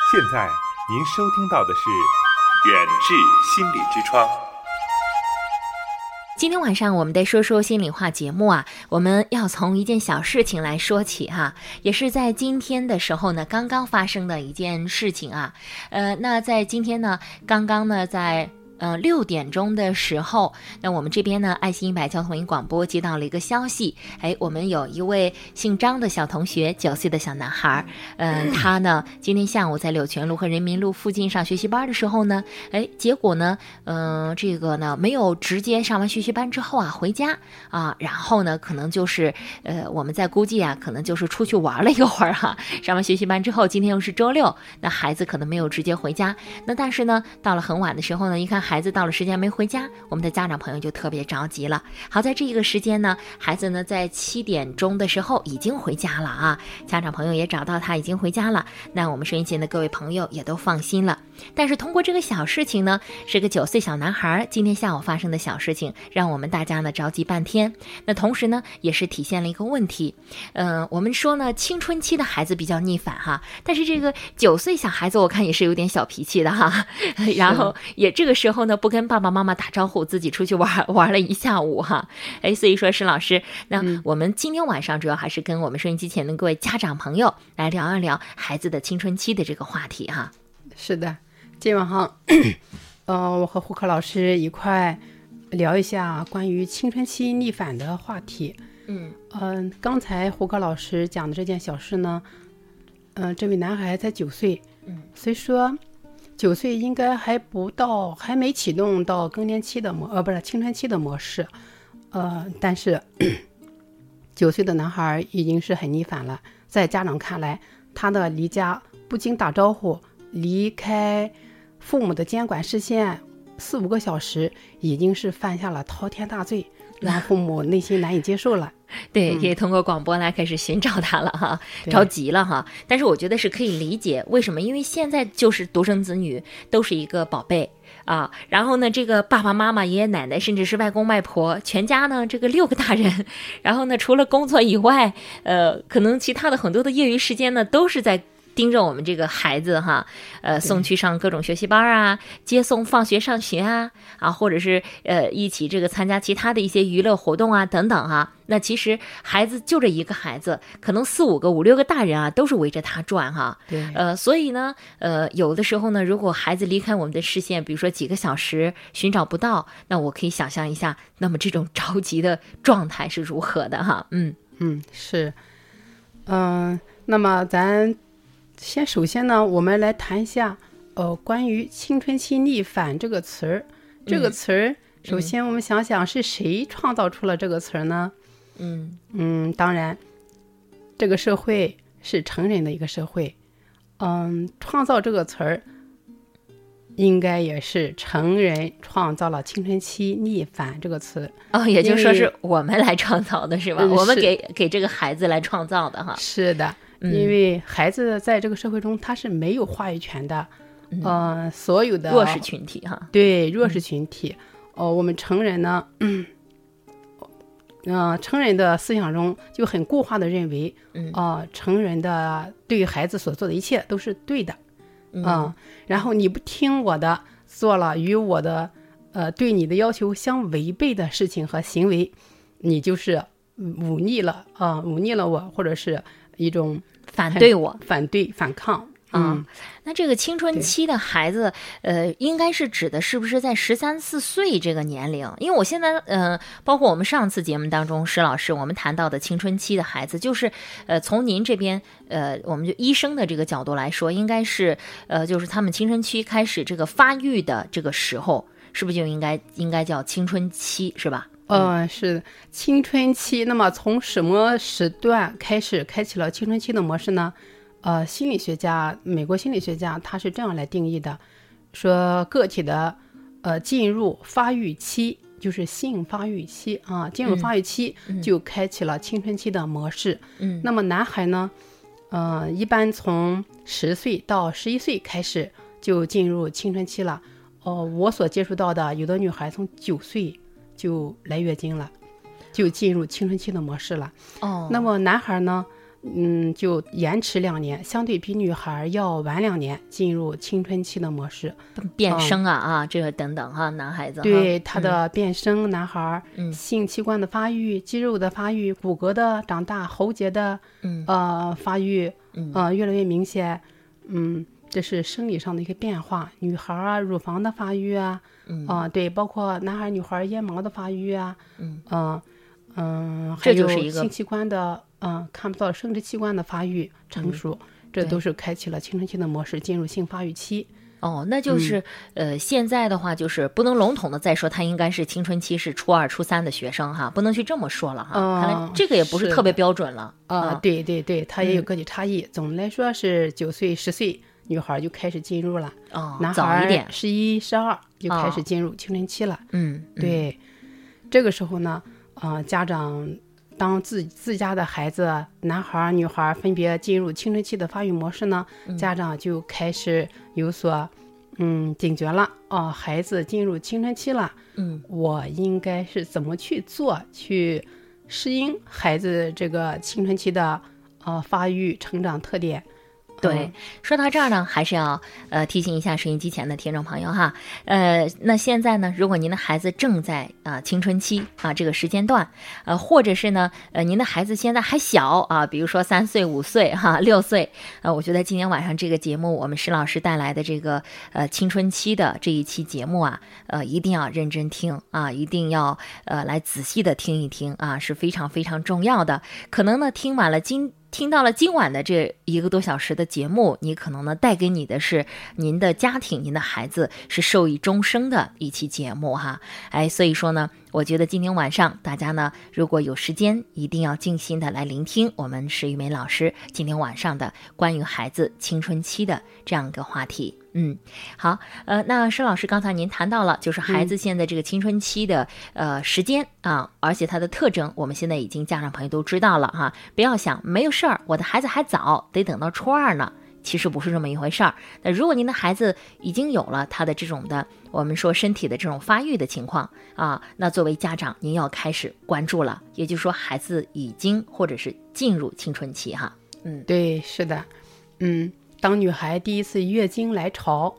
现在您收听到的是远志心理之窗。 今天晚上我们的说说心里话节目啊，我们要从一件小事情来说起哈，也是在今天的时候呢，刚刚发生的一件事情啊。那在今天呢，刚刚呢在6点钟的时候，那我们这边呢，爱心100交通音广播接到了一个消息，我们有一位姓张的小同学，9岁的小男孩，他呢今天下午在柳泉路和人民路附近上学习班的时候呢，结果呢，这个呢没有直接上完学习班之后啊回家啊，然后呢可能就是我们在估计啊，可能就是出去玩了一会儿哈，上完学习班之后，今天又是周六，那孩子可能没有直接回家，那但是呢，到了很晚的时候呢，一看孩子到了时间没回家，我们的家长朋友就特别着急了。好在这个时间呢，孩子呢在7点钟的时候已经回家了啊，家长朋友也找到他已经回家了，那我们收音前的各位朋友也都放心了。但是通过这个小事情呢，是个9岁小男孩今天下午发生的小事情，让我们大家呢着急半天。那同时呢，也是体现了一个问题，我们说呢，青春期的孩子比较逆反哈，但是这个9岁小孩子我看也是有点小脾气的哈，然后也这个时候呢不跟爸爸妈妈打招呼，自己出去玩了一下午哈，所以说施老师，那我们今天晚上主要还是跟我们收音机前的各位家长朋友来聊一聊孩子的青春期的这个话题哈。 是的，今晚上我和胡可老师一块聊一下关于青春期逆反的话题。刚才胡可老师讲的这件小事呢，这位男孩才9岁，所以说9岁应该还没启动到更年期的青春期的模式，但是9岁的男孩已经是很逆反了。在家长看来，他的离家不经打招呼，离开父母的监管视线4-5个小时，已经是犯下了滔天大罪，让父母内心难以接受了。 对，可以通过广播来开始寻找他了哈，着急了哈。但是我觉得是可以理解，为什么？因为现在就是独生子女都是一个宝贝啊，然后呢，这个爸爸妈妈、爷爷奶奶，甚至是外公外婆，全家呢这个6个大人，然后呢，除了工作以外，可能其他的很多的业余时间呢，都是在盯着我们这个孩子哈，送去上各种学习班啊，接送放学上学啊，或者是一起这个参加其他的一些娱乐活动啊等等哈。那其实孩子就这一个孩子，可能4-5个、5-6个大人啊，都是围着他转哈。 对， 所以呢，有的时候呢，如果孩子离开我们的视线，比如说几个小时寻找不到，那我可以想象一下，那么这种着急的状态是如何的哈。 是，那么咱首先呢，我们来谈一下关于青春期逆反这个词儿。这个词儿，首先我们想想是谁创造出了这个词儿呢？当然，这个社会是成人的一个社会，创造这个词儿，应该也是成人创造了青春期逆反这个词。 也就是说是我们来创造的是吧？我们给这个孩子来创造的哈。 是的。因为孩子在这个社会中他是没有话语权的，所有的弱势群体哈， 对弱势群体，我们成人呢，成人的思想中就很固化的认为，成人的对孩子所做的一切都是对的，然后你不听我的，做了与我的对你的要求相违背的事情和行为，你就是忤逆了我，或者是一种反对我、 反抗。 那这个青春期的孩子，应该是指的是不是在13-14岁这个年龄？因为我现在，包括我们上次节目当中，施老师我们谈到的青春期的孩子，就是，从您这边，我们就医生的这个角度来说，应该是，就是他们青春期开始这个发育的这个时候，是不是就应该叫青春期，是吧？ 是青春期。那么从什么时段开始开启了青春期的模式呢？美国心理学家他是这样来定义的，说个体的进入发育期，就是性发育期啊，进入发育期就开启了青春期的模式。那么男孩呢，一般从10岁到11岁开始就进入青春期了。我所接触到的有的女孩从9岁就来月经了，就进入青春期的模式了。那么男孩呢， 就延迟2年，相对比女孩要晚2年进入青春期的模式。 变声这个等等男孩子对他的变声，男孩性器官的发育、肌肉的发育、骨骼的长大、喉结的发育越来越明显。这是生理上的一个变化。女孩乳房的发育对，包括男孩女孩腋毛的发育还有性器官的看不到生殖器官的发育成熟，这都是开启了青春期的模式，进入性发育期。 那就是现在的话，就是不能笼统的再说他应该是青春期是初2、初3的学生不能去这么说了看来这个也不是特别标准了对对对，他也有个体差异。总的来说是9岁、10岁。女孩就开始进入了，男孩11、12就开始进入青春期了。对，这个时候呢，家长当自家的孩子，男孩、女孩分别进入青春期的发育模式呢，家长就开始有所警觉了。孩子进入青春期了，我应该是怎么去做，去适应孩子这个青春期的发育成长特点。 对，说到这儿呢，还是要提醒一下收音机前的听众朋友那现在呢，如果您的孩子正在青春期这个时间段，或者是呢您的孩子现在还小比如说3岁、5岁6岁，我觉得今天晚上这个节目，我们施老师带来的这个青春期的这一期节目一定要认真听一定要来仔细的听一听是非常非常重要的。可能呢听到了今晚的这1个多小时的节目，你可能呢带给你的是您的家庭、您的孩子是受益终生的一期节目所以说呢，我觉得今天晚上大家呢，如果有时间，一定要静心的来聆听我们施玉梅老师今天晚上的关于孩子青春期的这样一个话题。好，那施老师刚才您谈到了，就是孩子现在这个青春期的时间而且它的特征，我们现在已经家长朋友都知道了不要想没有事儿，我的孩子还早，得等到初2呢。其实不是这么一回事儿。那如果您的孩子已经有了他的这种的，我们说身体的这种发育的情况那作为家长，您要开始关注了，也就是说孩子已经或者是进入青春期对，是的。当女孩第一次月经来潮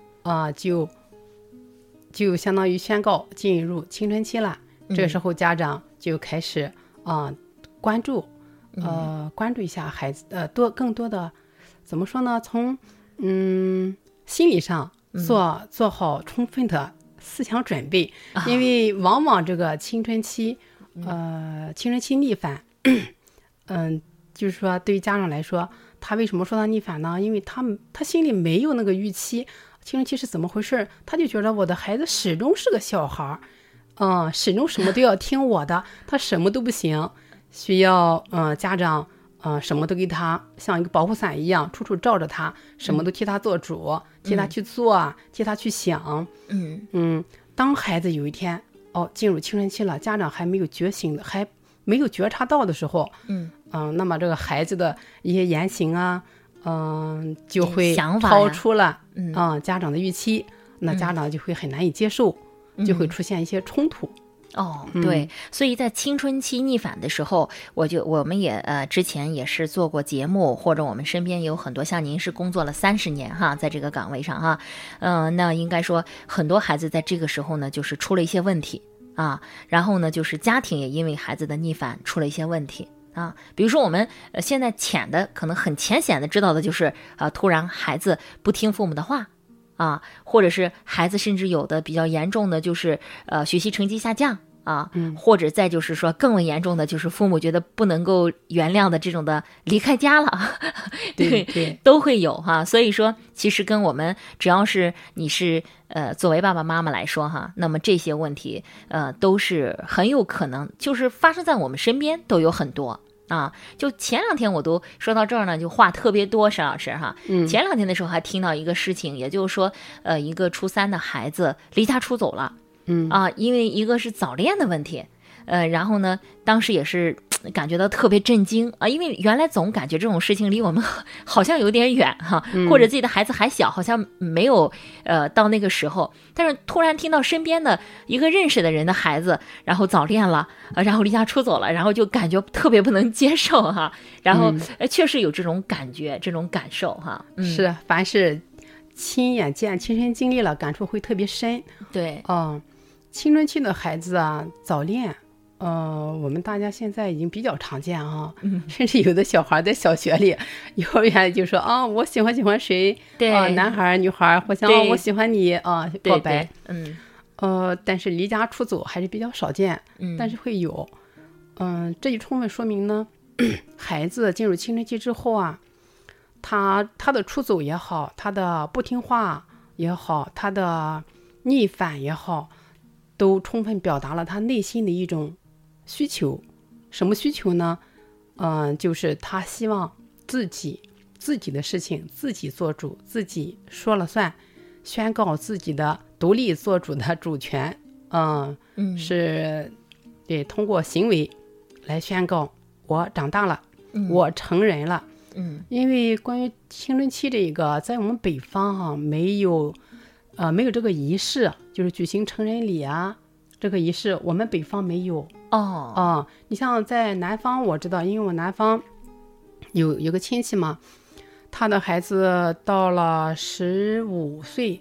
就相当于宣告进入青春期了。这时候家长就开始关注一下孩子更多的怎么说呢，从心理上做好充分的思想准备。因为往往这个青春期逆反就是说对于家长来说，他为什么说他逆反呢？因为他心里没有那个预期青春期是怎么回事，他就觉得我的孩子始终是个小孩始终什么都要听我的，他什么都不行，需要家长什么都给他像一个保护伞一样，处处罩着他，什么都替他做主，替他去做，替他去想。当孩子有一天进入青春期了，家长还没有觉醒的，还没有觉察到的时候，那么这个孩子的一些言行就会超出了家长的预期，那家长就会很难以接受，就会出现一些冲突。 对，所以在青春期逆反的时候，我们也之前也是做过节目，或者我们身边有很多像您是工作了30年在这个岗位上那应该说很多孩子在这个时候呢，就是出了一些问题然后呢，就是家庭也因为孩子的逆反出了一些问题比如说我们现在可能很浅显的知道的就是突然孩子不听父母的话或者是孩子甚至有的比较严重的就是学习成绩下降或者再就是说更为严重的就是父母觉得不能够原谅的这种的离开家了对都会有所以说其实跟我们只要是你是作为爸爸妈妈来说那么这些问题都是很有可能就是发生在我们身边，都有很多就前2天我都说到这儿呢，就话特别多，沈老师前2天的时候还听到一个事情，也就是说一个初3的孩子离家出走了因为一个是早恋的问题然后呢当时也是感觉到特别震惊啊，因为原来总感觉这种事情离我们好像有点远哈，或者自己的孩子还小，好像没有到那个时候，但是突然听到身边的一个认识的人的孩子，然后早恋了，然后离家出走了，然后就感觉特别不能接受哈，然后确实有这种感觉，这种感受哈。 是，凡是亲眼见、亲身经历了，感触会特别深。 对， 青春期的孩子啊，早恋。我们大家现在已经比较常见啊，甚至有的小孩在小学里、幼儿园里就说啊，我喜欢谁， 对， 男孩女孩互相我喜欢你啊，告白，但是离家出走还是比较少见，但是会有，这就充分说明呢，孩子进入青春期之后啊，他的出走也好，他的不听话也好，他的逆反也好，都充分表达了他内心的一种需求。什么需求呢？就是他希望自己的事情自己做主，自己说了算，宣告自己的独立做主的主权。是对，通过行为来宣告我长大了，我成人了。因为关于青春期这个，在我们北方没有这个仪式，就是举行成人礼啊，这个仪式我们北方没有。你像在南方，我知道，因为我南方有个亲戚嘛，他的孩子到了15岁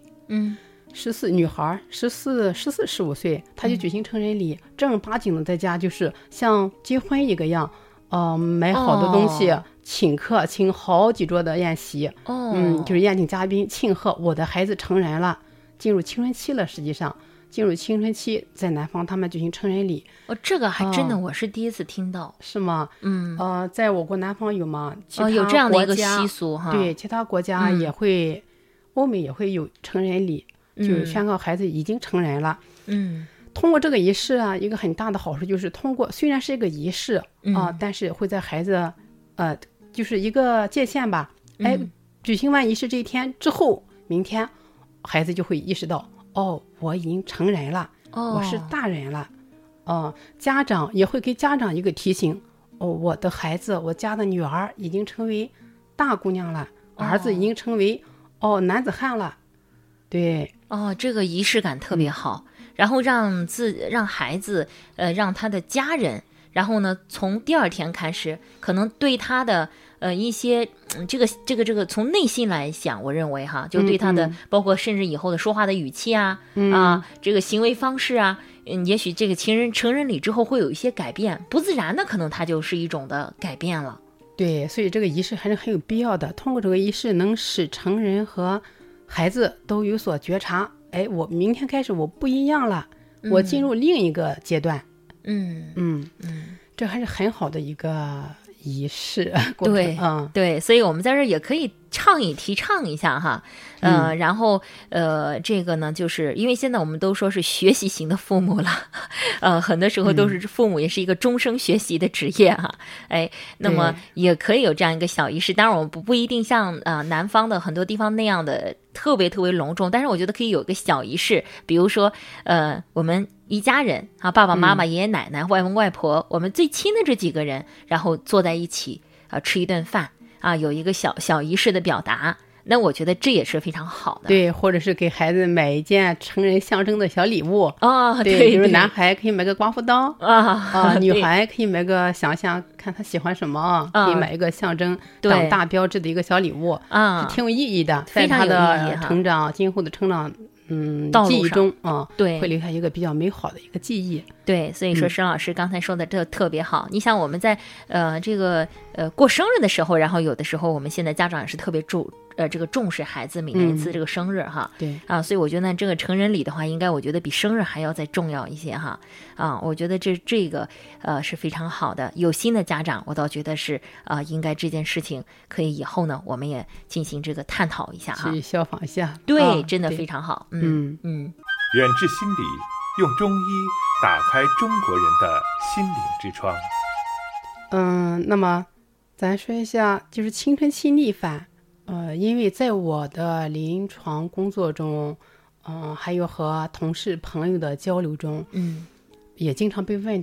，14女孩14、15岁，他就举行成人礼，正儿八经的在家就是像结婚一个样，买好多东西，请客，请好几桌的宴席，就是宴请嘉宾，庆贺我的孩子成人了，进入青春期了。实际上进入青春期，在南方他们举行成人礼。 这个还真的我是第一次听到。 是吗？在我国南方有吗？ 有这样的一个习俗哈。 对，其他国家也会，欧美也会有成人礼，就宣告孩子已经成人了。通过这个仪式啊，一个很大的好处就是虽然是一个仪式但是会在孩子就是一个界限吧。举行完仪式这一天之后，明天孩子就会意识到，我已经成人了，我是大人了。家长也会给家长一个提醒，我的孩子，我家的女儿已经成为大姑娘了，儿子已经成为男子汉了。对， 这个仪式感特别好，然后让孩子让他的家人，然后呢从第二天开始，可能对他的一些这个从内心来想，我认为哈，就对他的包括甚至以后的说话的语气啊，这个行为方式啊，也许这个成人礼之后会有一些改变，不自然的可能它就是一种的改变了。 对，所以这个仪式还是很有必要的。通过这个仪式，能使成人和孩子都有所觉察。我明天开始我不一样了，我进入另一个阶段。这还是很好的一个仪式过程。 对，所以我们在这儿也可以提倡一下哈。然后这个呢，就是因为现在我们都说是学习型的父母了，很多时候都是父母也是一个终生学习的职业哈。那么也可以有这样一个小仪式，当然我们不一定像南方的很多地方那样的特别隆重，但是我觉得可以有一个小仪式，比如说我们一家人啊，爸爸妈妈、爷爷奶奶、外公外婆，我们最亲的这几个人，然后坐在一起吃一顿饭有一个小仪式的表达。那我觉得这也是非常好的。 对，或者是给孩子买一件成人象征的小礼物。 对， 比如男孩可以买个刮胡刀女孩可以买个想看他喜欢什么可以买一个象征长大标志的一个小礼物是挺有意义的，在他的成长今后的成长记忆中对， 会留下一个比较美好的一个记忆。 对，所以说沈老师刚才说的这特别好。你想我们在这个过生日的时候，然后有的时候我们现在家长也是特别这个重视孩子每年一次这个生日哈。 对所以我觉得呢，这个成人礼的话，应该我觉得比生日还要再重要一些哈。我觉得这个是非常好的。有心的家长，我倒觉得是应该这件事情可以以后呢，我们也进行这个探讨一下哈， 去效仿一下。 对，真的非常好。 远志心理用中医打开中国人的心灵之窗。 那么咱说一下，就是青春期逆反。因为在我的临床工作中，还有和同事朋友的交流中，也经常被问到，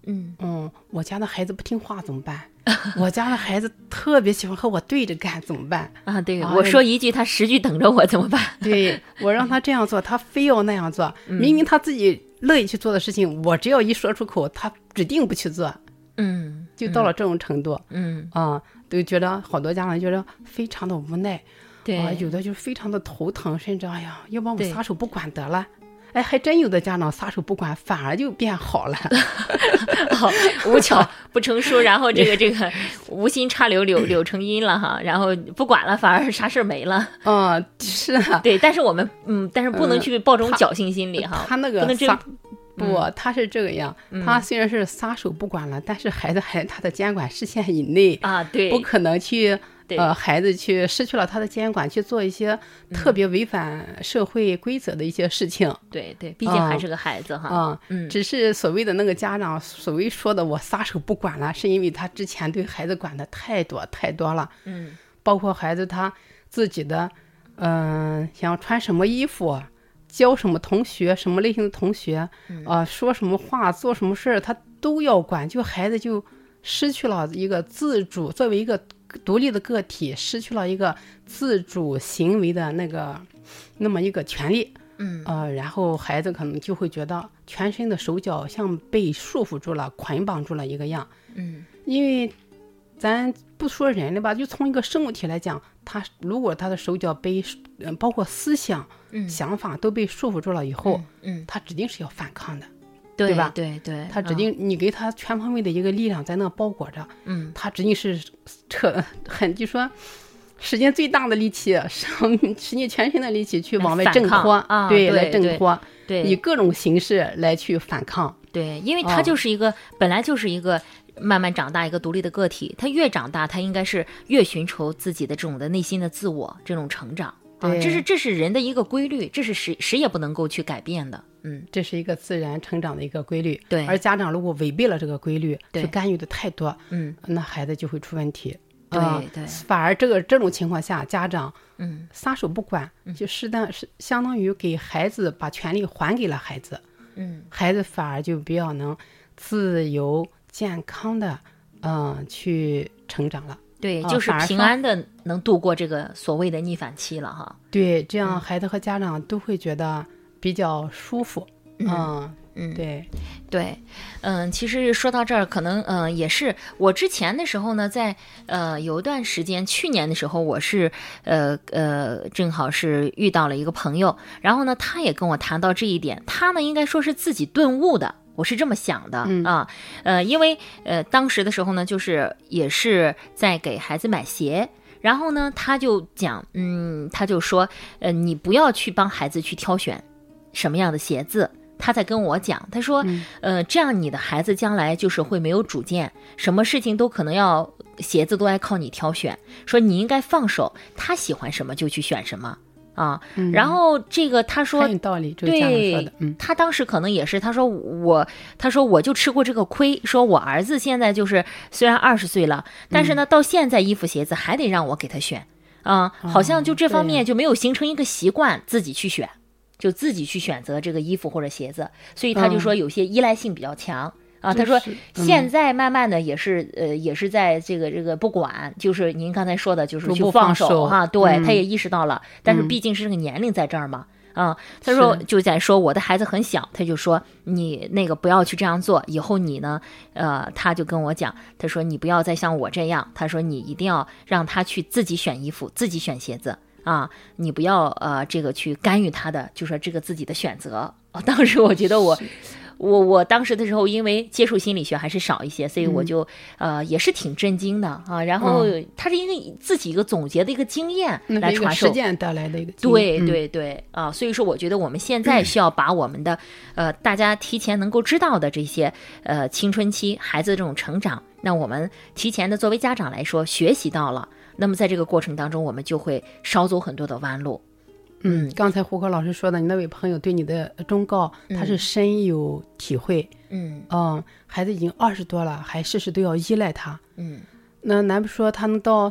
我家的孩子不听话怎么办？我家的孩子特别喜欢和我对着干怎么办？ 啊，对，我说一句他10句等着我怎么办？ 对，我让他这样做，他非要那样做，明明他自己乐意去做的事情，我只要一说出口，他指定不去做。就到了这种程度。都觉得好多家长觉得非常的无奈。对，有的就是非常的头疼，甚至哎呀，要不然我撒手不管得了。哎，还真有的家长撒手不管，反而就变好了。 无巧不成书，然后这个无心插柳成荫了哈，然后不管了，反而啥事没了。 是啊。 对，但是我们但是不能去抱这种侥幸心理哈。 他那个他是这个样。他虽然是撒手不管了，但是孩子还在他的监管视线以内啊，对， 不可能去。孩子去失去了他的监管，去做一些特别违反社会规则的一些事情。 对，毕竟还是个孩子哈。 只是所谓的那个家长所谓说的我撒手不管了，是因为他之前对孩子管的太多了。包括孩子他自己的想穿什么衣服，教什么同学，什么类型的同学，说什么话，做什么事儿，他都要管。就孩子就失去了一个自主，作为一个独立的个体，失去了一个自主行为的那么一个权利。然后孩子可能就会觉得全身的手脚像被束缚住了，捆绑住了一个样。因为咱不说人了吧，就从一个生物体来讲，如果他的手脚被包括思想、想法都被束缚住了以后，他指定是要反抗的。对吧？对，他指定你给他全方位的一个力量在那包裹着。他指定是就说使尽最大的力气，使尽全身的力气去往外挣脱。对，来挣脱。对，以各种形式来去反抗。 对，因为他就是一个本来就是一个慢慢长大一个独立的个体，他越长大，他应该是越寻求自己的这种的内心的自我这种成长。这是人的一个规律，这是谁也不能够去改变的。 这是一个自然成长的一个规律。 对， 而家长如果违背了这个规律，去干预的太多，那孩子就会出问题。 对， 反而这种情况下，家长撒手不管，就是相当于给孩子把权利还给了孩子。孩子反而就比较能自由健康的去成长了。 对，就是平安的能度过这个所谓的逆反期了哈。 对，这样孩子和家长都会觉得比较舒服。对， 其实说到这儿，可能也是我之前的时候呢，在有一段时间，去年的时候，我是正好是遇到了一个朋友，然后呢，他也跟我谈到这一点，他呢应该说是自己顿悟的。我是这么想的因为当时的时候呢，就是也是在给孩子买鞋，然后呢，他就讲，他就说，你不要去帮孩子去挑选什么样的鞋子。他在跟我讲，他说，这样你的孩子将来就是会没有主见，什么事情都可能要鞋子都爱靠你挑选，说你应该放手，他喜欢什么就去选什么。然后这个他说很有道理，这个家长说的。 他当时可能也是，他说我就吃过这个亏，说我儿子现在就是虽然20岁了，但是呢到现在衣服鞋子还得让我给他选好像就这方面就没有形成一个习惯，自己去选，就自己去选择这个衣服或者鞋子，所以他就说有些依赖性比较强。他说现在慢慢的也是在这个不管，就是您刚才说的，就是去放手哈。对，他也意识到了，但是毕竟是这个年龄在这儿嘛。他说就在说我的孩子很小，他就说你那个不要去这样做，以后你呢他就跟我讲，他说你不要再像我这样，他说你一定要让他去自己选衣服，自己选鞋子你不要这个去干预他的，就说这个自己的选择。当时我觉得我当时的时候，因为接触心理学还是少一些，所以我就也是挺震惊的然后他是因为自己一个总结的一个经验来传授， 实践带来的一个经验。 对所以说我觉得我们现在需要把我们的大家提前能够知道的这些青春期孩子的这种成长，那我们提前的作为家长来说学习到了，那么在这个过程当中，我们就会少走很多的弯路。 刚才胡可老师说的，你那位朋友对你的忠告，他是深有体会。孩子已经20多了，还事事都要依赖他。那难不说他能到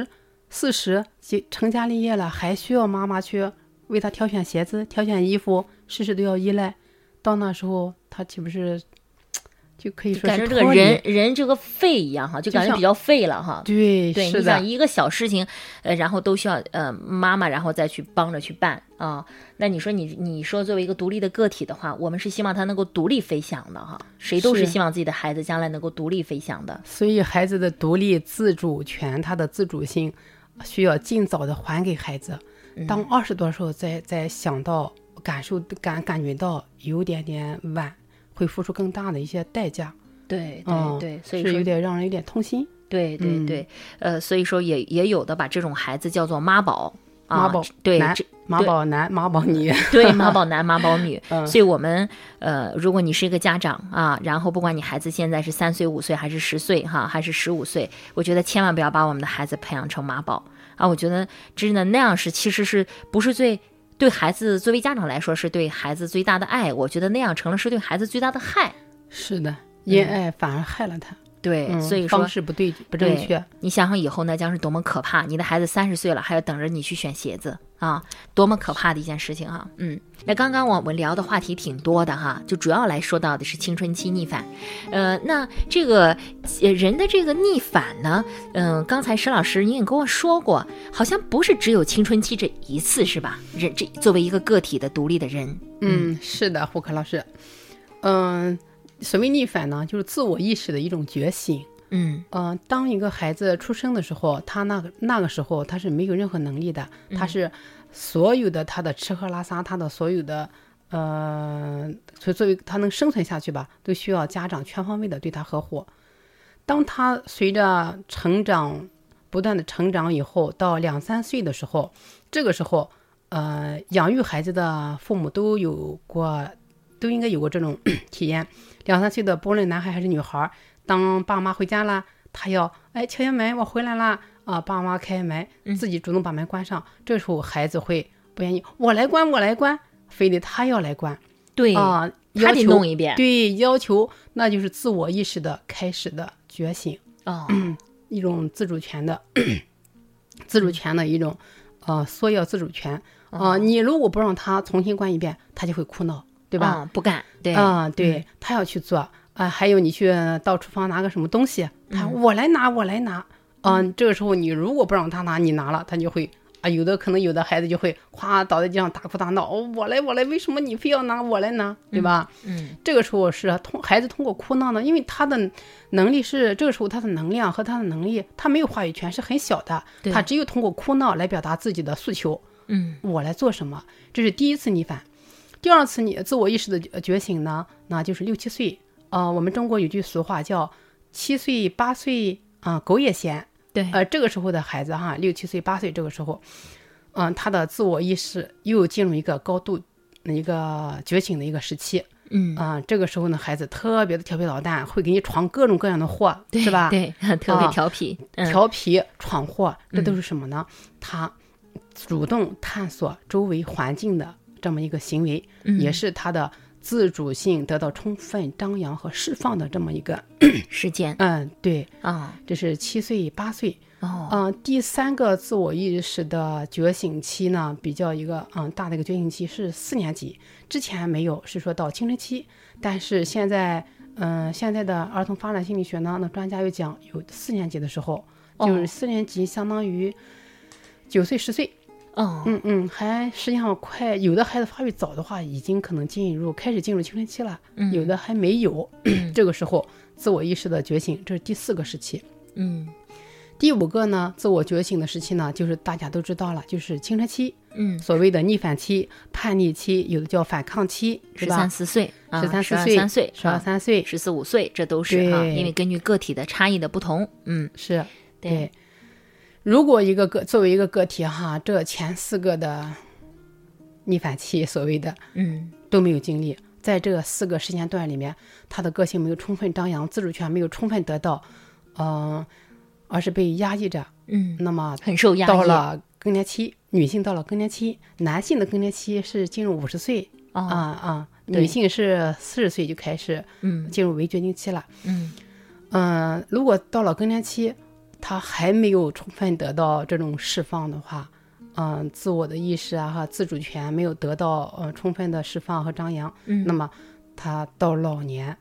30、40成家立业了，还需要妈妈去为他挑选鞋子、挑选衣服，事事都要依赖。到那时候，他岂不是就可以说感觉这个人这个废一样哈，就感觉比较废了哈。 对， 对， 是的。 你想一个小事情，然后都需要妈妈然后再去帮着去办啊。那你说你说作为一个独立的个体的话，我们是希望他能够独立飞翔的哈，谁都是希望自己的孩子将来能够独立飞翔的。 所以孩子的独立自主权，他的自主性需要尽早的还给孩子。当20多时候再想到感觉到有点晚，会付出更大的一些代价。 对，所以是有点让人有点痛心。 对，所以说也有的把这种孩子叫做妈宝妈宝， 对， 妈宝男妈宝女， 对，妈宝男妈宝女。所以我们如果你是一个家长啊，然后不管你孩子现在是3岁5岁还是10岁哈，还是15岁，我觉得千万不要把我们的孩子培养成妈宝啊！我觉得真的那样其实是不是对孩子作为家长来说是对孩子最大的爱，我觉得那样成了是对孩子最大的害。 是的，因爱反而害了他。 对，所以说方式不正确。 你想想以后那将是多么可怕！你的孩子30岁了，还要等着你去选鞋子啊，多么可怕的一件事情啊！那刚刚我们聊的话题挺多的哈，就主要来说到的是青春期逆反。那这个人的这个逆反呢，刚才石老师你也跟我说过，好像不是只有青春期这一次是吧？这作为一个个体的独立的人， 是的，胡可老师，所谓逆反呢，就是自我意识的一种觉醒。当一个孩子出生的时候，他那个时候他是没有任何能力的，他是所有的他的吃喝拉撒，他的所有的作为他能生存下去吧，都需要家长全方位的对他呵护。当他随着成长不断的成长以后，到2、3岁的时候，这个时候养育孩子的父母都应该有过这种体验。2、3岁的不论男孩还是女孩，当爸妈回家了，他要敲敲门，我回来了啊，爸妈开门，自己主动把门关上。这时候孩子会不愿意，我来关，非得他要来关。 对啊， 他得弄一遍。 对，要求那就是自我意识的开始的觉醒。一种自主权的一种索要自主权。你如果不让他重新关一遍，他就会哭闹，对吧？ 不敢。对， 对，他要去做。还有你去到厨房拿个什么东西，我来拿。这个时候你如果不让他拿，你拿了，他就会有的孩子就会哗倒在地上大哭大闹，我来，为什么你非要拿，我来拿，对吧？这个时候是孩子通过哭闹呢，因为他的能力是这个时候他的能量和他的能力，他没有话语权，是很小的，他只有通过哭闹来表达自己的诉求。我来做什么？这是第一次逆反。第二次你自我意识的觉醒呢，那就是6、7岁。我们中国有句俗话叫7岁8岁狗也嫌。 对， 这个时候的孩子哈，6、7岁8岁这个时候，他的自我意识又进入一个高度一个觉醒的一个时期。这个时候呢，孩子特别的调皮捣蛋，会给你闯各种各样的祸，是吧？ 对，特别调皮， 闯祸，这都是什么呢？他主动探索周围环境的这么一个行为，也是他的自主性得到充分张扬和释放的这么一个时间。 对这是7岁8岁。第3个自我意识的觉醒期呢，比较一个大的一个觉醒期是4年级，之前没有，是说到青春期。但是现在的儿童发展心理学呢，那专家又讲有4年级的时候，就是4年级相当于9岁10岁。还实际上快，有的孩子发育早的话，已经可能开始进入青春期了，有的还没有。这个时候自我意识的觉醒，这是第4个时期。第5个呢，自我觉醒的时期呢，就是大家都知道了，就是青春期。所谓的逆反期、叛逆期，有的叫反抗期，是吧 ？13、14岁 ，13、 14岁、 12、3岁、 14、15岁，这都是因为根据个体的差异的不同。 是对。如果作为一个个体哈，这前4个的逆反期所谓的都没有经历，在这4个时间段里面，他的个性没有充分张扬，自主权没有充分得到，而是被压抑着。那么很受压抑。 到了更年期，女性到了更年期，男性的更年期是进入50岁。女性是40岁就开始进入围绝经期了。如果到了更年期，他还没有充分得到这种释放的话，自我的意识和自主权没有得到充分的释放和张扬，那么他到老年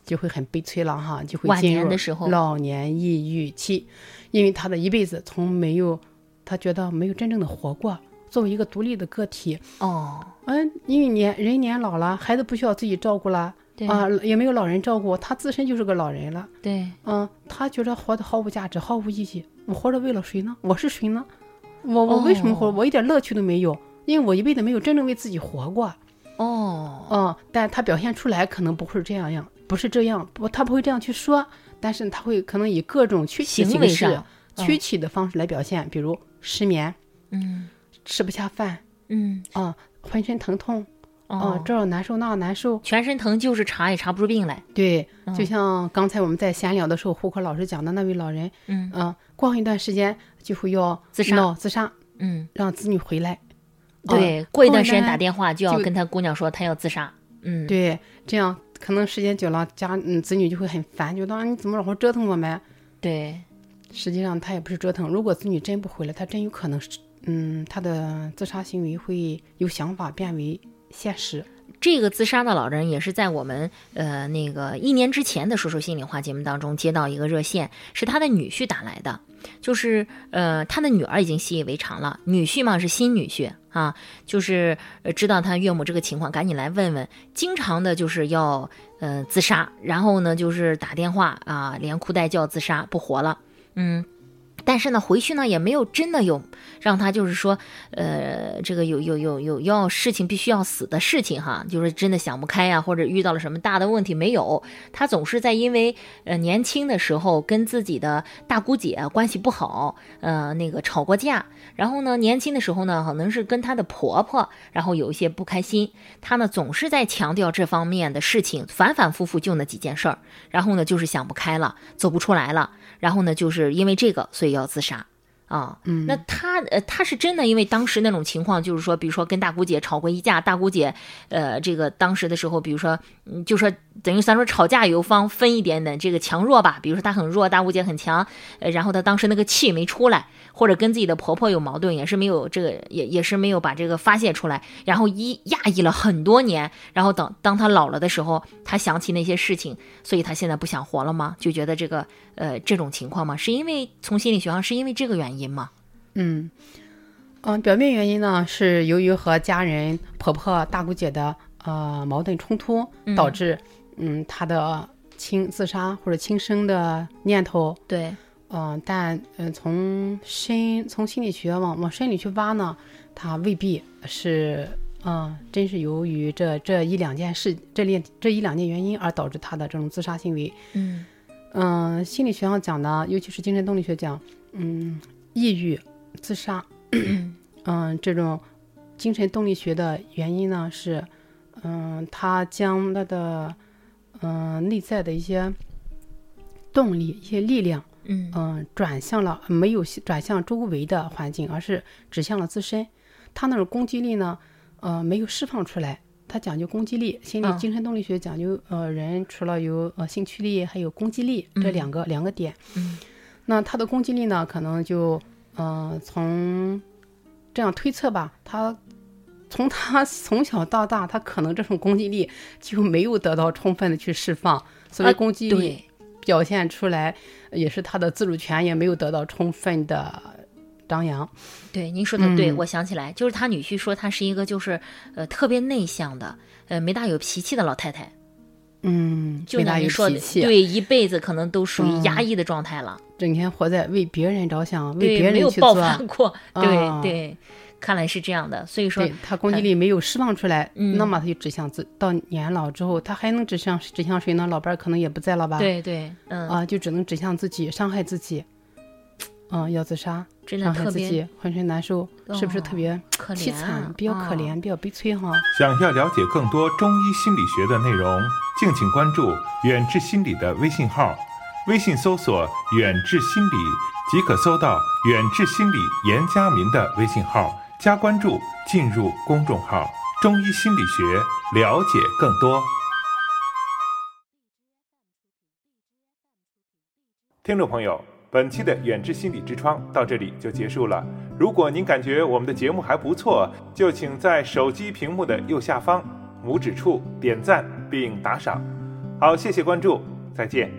就会很悲催了哈，就会晚进入年的时候老年抑郁期，因为他的一辈子他觉得没有真正的活过，作为一个独立的个体。因为人年老了，孩子不需要自己照顾了也没有老人照顾，他自身就是个老人了。 对， 他觉得活得毫无价值，毫无意义。我活着为了谁呢？我是谁呢？我为什么活？我一点乐趣都没有，因为我一辈子没有真正为自己活过。但他表现出来可能不是这样，他不会这样去说，但是他会可能以各种躯体形式、躯体的方式来表现，比如失眠，吃不下饭，浑身疼痛，这儿难受那儿难受， 全身疼就是查也查不出病来。 对，就像刚才我们在闲聊的时候，胡可老师讲的那位老人，过一段时间就会要自杀， 让子女回来。 对，过一段时间打电话就要跟他姑娘说他要自杀。 对，这样可能时间久了，子女就会很烦，觉得你怎么老是折腾我们？ 对， 实际上他也不是折腾，如果子女真不回来，他真有可能他的自杀行为会由想法变为现实。 这个自杀的老人也是在我们那个1年之前的说说心里话节目当中接到一个热线，是他的女婿打来的，就是他的女儿已经习以为常了，女婿嘛是新女婿啊，就是知道他岳母这个情况，赶紧来问问，经常的就是要自杀，然后呢就是打电话啊，连哭带叫自杀不活了，但是呢，回去呢也没有真的有让他就是说，这个有要事情必须要死的事情哈，就是真的想不开呀，或者遇到了什么大的问题没有。他总是在因为年轻的时候跟自己的大姑姐关系不好，那个吵过架，然后呢年轻的时候呢可能是跟他的婆婆，然后有一些不开心，他呢总是在强调这方面的事情，反反复复就那几件事儿，然后呢就是想不开了，走不出来了，然后呢就是因为这个所以要自杀啊。那他是真的因为当时那种情况，就是说比如说跟大姑姐吵过一架，大姑姐这个当时的时候比如说就说等于咱说吵架有方分一点的这个强弱吧，比如说他很弱，大姑姐很强，然后他当时那个气没出来，或者跟自己的婆婆有矛盾，也是没有这个也是没有把这个发泄出来，然后压抑了很多年，然后当他老了的时候，他想起那些事情，所以他现在不想活了吗？就觉得这个这种情况吗？是因为从心理学上是因为这个原因吗？ 表面原因呢是由于和家人、婆婆、大姑姐的矛盾冲突，导致他的自杀或者轻生的念头。对，但从心理学往深里去挖呢，他未必是真是由于这一两件原因而导致他的这种自杀行为。心理学上讲的，尤其是精神动力学讲，抑郁、自杀，这种精神动力学的原因呢是，他将他的内在的一些动力、一些力量，没有转向周围的环境，而是指向了自身。他那种攻击力呢，没有释放出来。他讲究攻击力，心理精神动力学讲究人除了有兴趣力，还有攻击力这两个点。那他的攻击力呢，可能就从这样推测吧，他从小到大，他可能这种攻击力就没有得到充分的去释放，所谓攻击力表现出来，也是他的自主权也没有得到充分的张扬。 对，您说的对，我想起来，就是他女婿说他是一个就是特别内向的，没大有脾气的老太太。就像你说的，对，一辈子可能都属于压抑的状态了， 整天活在为别人着想，为别人去做，没有爆发过。对，看来是这样的。所以说他攻击力没有释放出来，那么他就指向到年老之后，他还能指向谁呢？老伴可能也不在了吧？ 对， 就只能指向自己，伤害自己。要自杀， 真的特别浑身难受，是不是特别凄惨？比较可怜，比较悲催哈。 想要了解更多中医心理学的内容，敬请关注远志心理的微信号，微信搜索远志心理即可搜到远志心理严家民的微信号，加关注，进入公众号中医心理学，了解更多。听众朋友，本期的远志心理之窗到这里就结束了。如果您感觉我们的节目还不错，就请在手机屏幕的右下方拇指处点赞并打赏。 好，谢谢关注，再见。